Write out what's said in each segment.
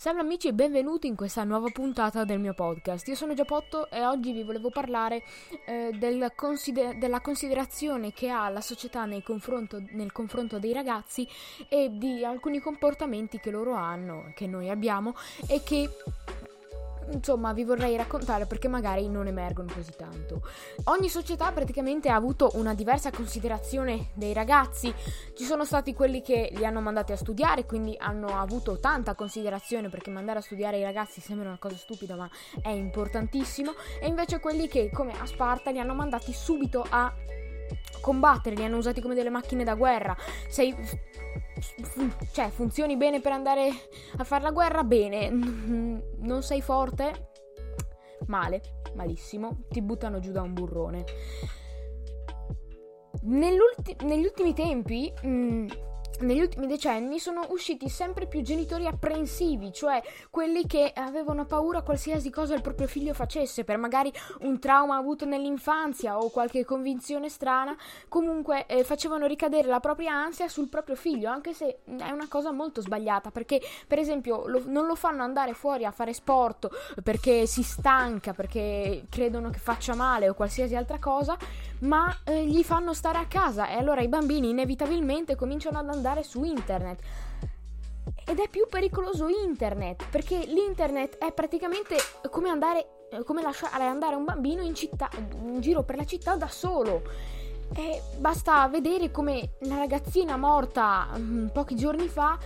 Salve amici e benvenuti in questa nuova puntata del mio podcast. Io sono Giappotto e oggi vi volevo parlare della considerazione che ha la società nel confronto dei ragazzi e di alcuni comportamenti che loro hanno, che noi abbiamo e che insomma vi vorrei raccontare perché magari non emergono così tanto. Ogni società praticamente ha avuto una diversa considerazione dei ragazzi. Ci sono stati quelli che li hanno mandati a studiare, quindi hanno avuto tanta considerazione, perché mandare a studiare i ragazzi sembra una cosa stupida ma è importantissimo, e invece quelli che, come a Sparta, li hanno mandati subito a combattere, li hanno usati come delle macchine da guerra. Funzioni bene per andare a fare la guerra? Bene. Non sei forte? Male, malissimo, ti buttano giù da un burrone. Negli ultimi tempi, negli ultimi decenni sono usciti sempre più genitori apprensivi, cioè quelli che avevano paura qualsiasi cosa il proprio figlio facesse, per magari un trauma avuto nell'infanzia o qualche convinzione strana. Comunque facevano ricadere la propria ansia sul proprio figlio, anche se è una cosa molto sbagliata, perché per esempio non lo fanno andare fuori a fare sport perché si stanca, perché credono che faccia male o qualsiasi altra cosa, ma gli fanno stare a casa, e allora i bambini inevitabilmente cominciano ad andare su internet. Ed è più pericoloso internet, perché l'internet è praticamente come lasciare andare un bambino in giro per la città da solo. E basta vedere come la ragazzina morta pochi giorni fa,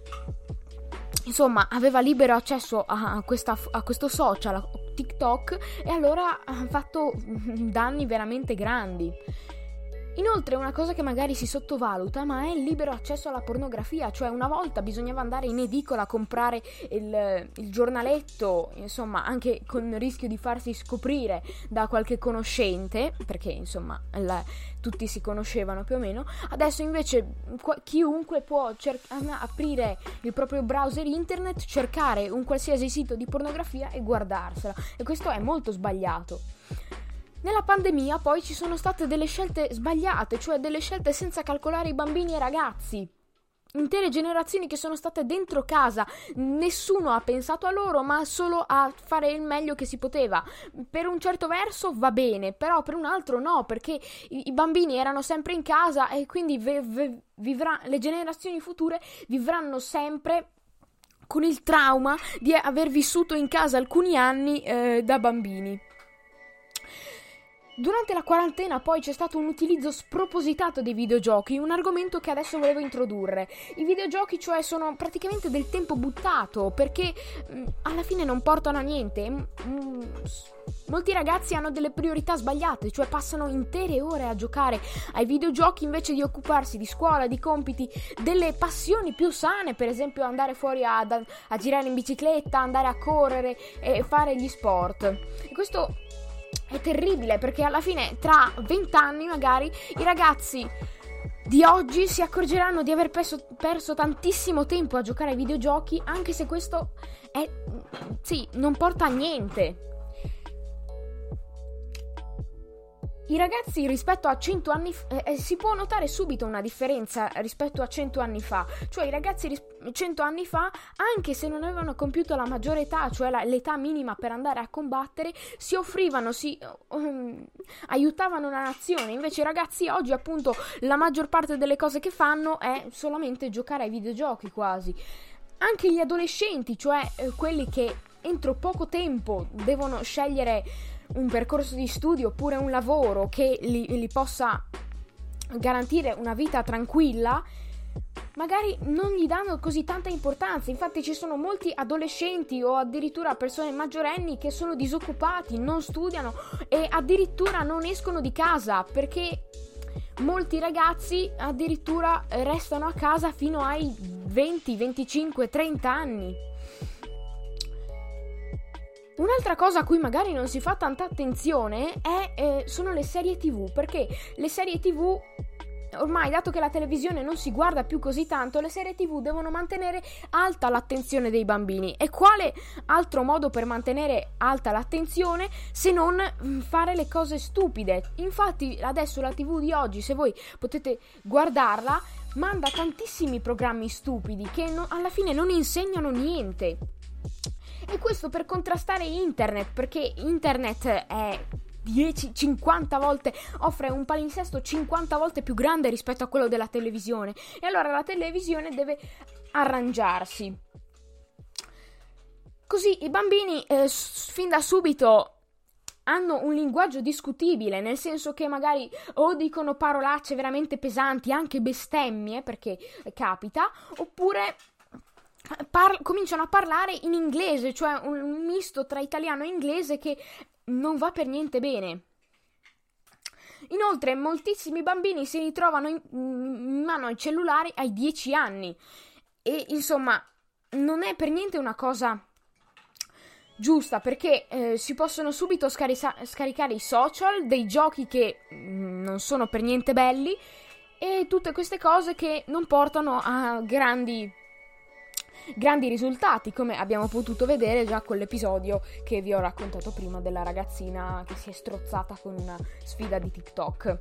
insomma, aveva libero accesso a questo social, a TikTok, e allora ha fatto danni veramente grandi. Inoltre, una cosa che magari si sottovaluta, ma è il libero accesso alla pornografia. Cioè, una volta bisognava andare in edicola a comprare il giornaletto, insomma, anche con il rischio di farsi scoprire da qualche conoscente, perché insomma tutti si conoscevano più o meno. Adesso invece chiunque può aprire il proprio browser internet, cercare un qualsiasi sito di pornografia e guardarsela, e questo è molto sbagliato. Nella pandemia poi ci sono state delle scelte sbagliate, cioè delle scelte senza calcolare i bambini e i ragazzi. Intere generazioni che sono state dentro casa, nessuno ha pensato a loro, ma solo a fare il meglio che si poteva. Per un certo verso va bene, però per un altro no, perché i bambini erano sempre in casa e quindi le generazioni future vivranno sempre con il trauma di aver vissuto in casa alcuni anni da bambini. Durante la quarantena poi c'è stato un utilizzo spropositato dei videogiochi, un argomento che adesso volevo introdurre. I videogiochi, cioè, sono praticamente del tempo buttato, perché alla fine non portano a niente. Molti ragazzi hanno delle priorità sbagliate, cioè passano intere ore a giocare ai videogiochi invece di occuparsi di scuola, di compiti, delle passioni più sane, per esempio andare fuori a girare in bicicletta, andare a correre e fare gli sport. E questo è terribile, perché alla fine tra 20 anni magari i ragazzi di oggi si accorgeranno di aver perso tantissimo tempo a giocare ai videogiochi, anche se questo non porta a niente. I ragazzi rispetto a 100 anni si può notare subito una differenza rispetto a 100 anni fa. Cioè i ragazzi 100 anni fa, anche se non avevano compiuto la maggiore età, cioè l'età minima per andare a combattere, si offrivano, aiutavano la nazione. Invece i ragazzi oggi, appunto, la maggior parte delle cose che fanno è solamente giocare ai videogiochi, quasi. Anche gli adolescenti, cioè quelli che entro poco tempo devono scegliere un percorso di studio oppure un lavoro che li possa garantire una vita tranquilla, magari non gli danno così tanta importanza. Infatti ci sono molti adolescenti o addirittura persone maggiorenni che sono disoccupati, non studiano e addirittura non escono di casa, perché molti ragazzi addirittura restano a casa fino ai 20, 25, 30 anni. Un'altra cosa a cui magari non si fa tanta attenzione sono le serie TV, perché le serie TV ormai, dato che la televisione non si guarda più così tanto, le serie TV devono mantenere alta l'attenzione dei bambini. E quale altro modo per mantenere alta l'attenzione se non fare le cose stupide? Infatti adesso la TV di oggi, se voi potete guardarla, manda tantissimi programmi stupidi che alla fine non insegnano niente. E questo per contrastare internet, perché internet è 10-50 volte, offre un palinsesto 50 volte più grande rispetto a quello della televisione, e allora la televisione deve arrangiarsi. Così i bambini fin da subito hanno un linguaggio discutibile, nel senso che magari o dicono parolacce veramente pesanti, anche bestemmie, perché capita, oppure cominciano a parlare in inglese, cioè un misto tra italiano e inglese che non va per niente bene. Inoltre moltissimi bambini si ritrovano in mano ai cellulari ai 10 anni e insomma non è per niente una cosa giusta, perché si possono subito scaricare i social, dei giochi che non sono per niente belli e tutte queste cose che non portano a grandi risultati, come abbiamo potuto vedere già con l'episodio che vi ho raccontato prima della ragazzina che si è strozzata con una sfida di TikTok.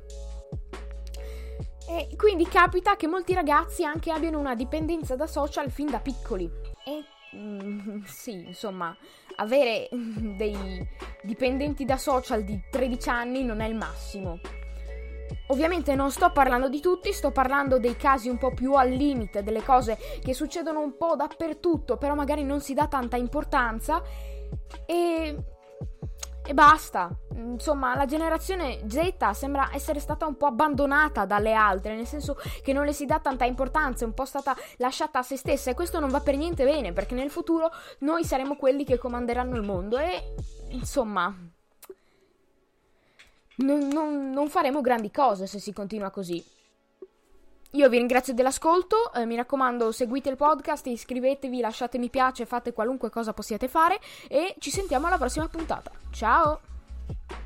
E quindi capita che molti ragazzi anche abbiano una dipendenza da social fin da piccoli e sì, insomma, avere dei dipendenti da social di 13 anni non è il massimo. Ovviamente non sto parlando di tutti, sto parlando dei casi un po' più al limite, delle cose che succedono un po' dappertutto, però magari non si dà tanta importanza e basta. Insomma, la generazione Z sembra essere stata un po' abbandonata dalle altre, nel senso che non le si dà tanta importanza, è un po' stata lasciata a se stessa, e questo non va per niente bene, perché nel futuro noi saremo quelli che comanderanno il mondo e insomma non faremo grandi cose se si continua così. Io vi ringrazio dell'ascolto, mi raccomando, seguite il podcast, iscrivetevi, lasciate mi piace, fate qualunque cosa possiate fare e ci sentiamo alla prossima puntata. Ciao!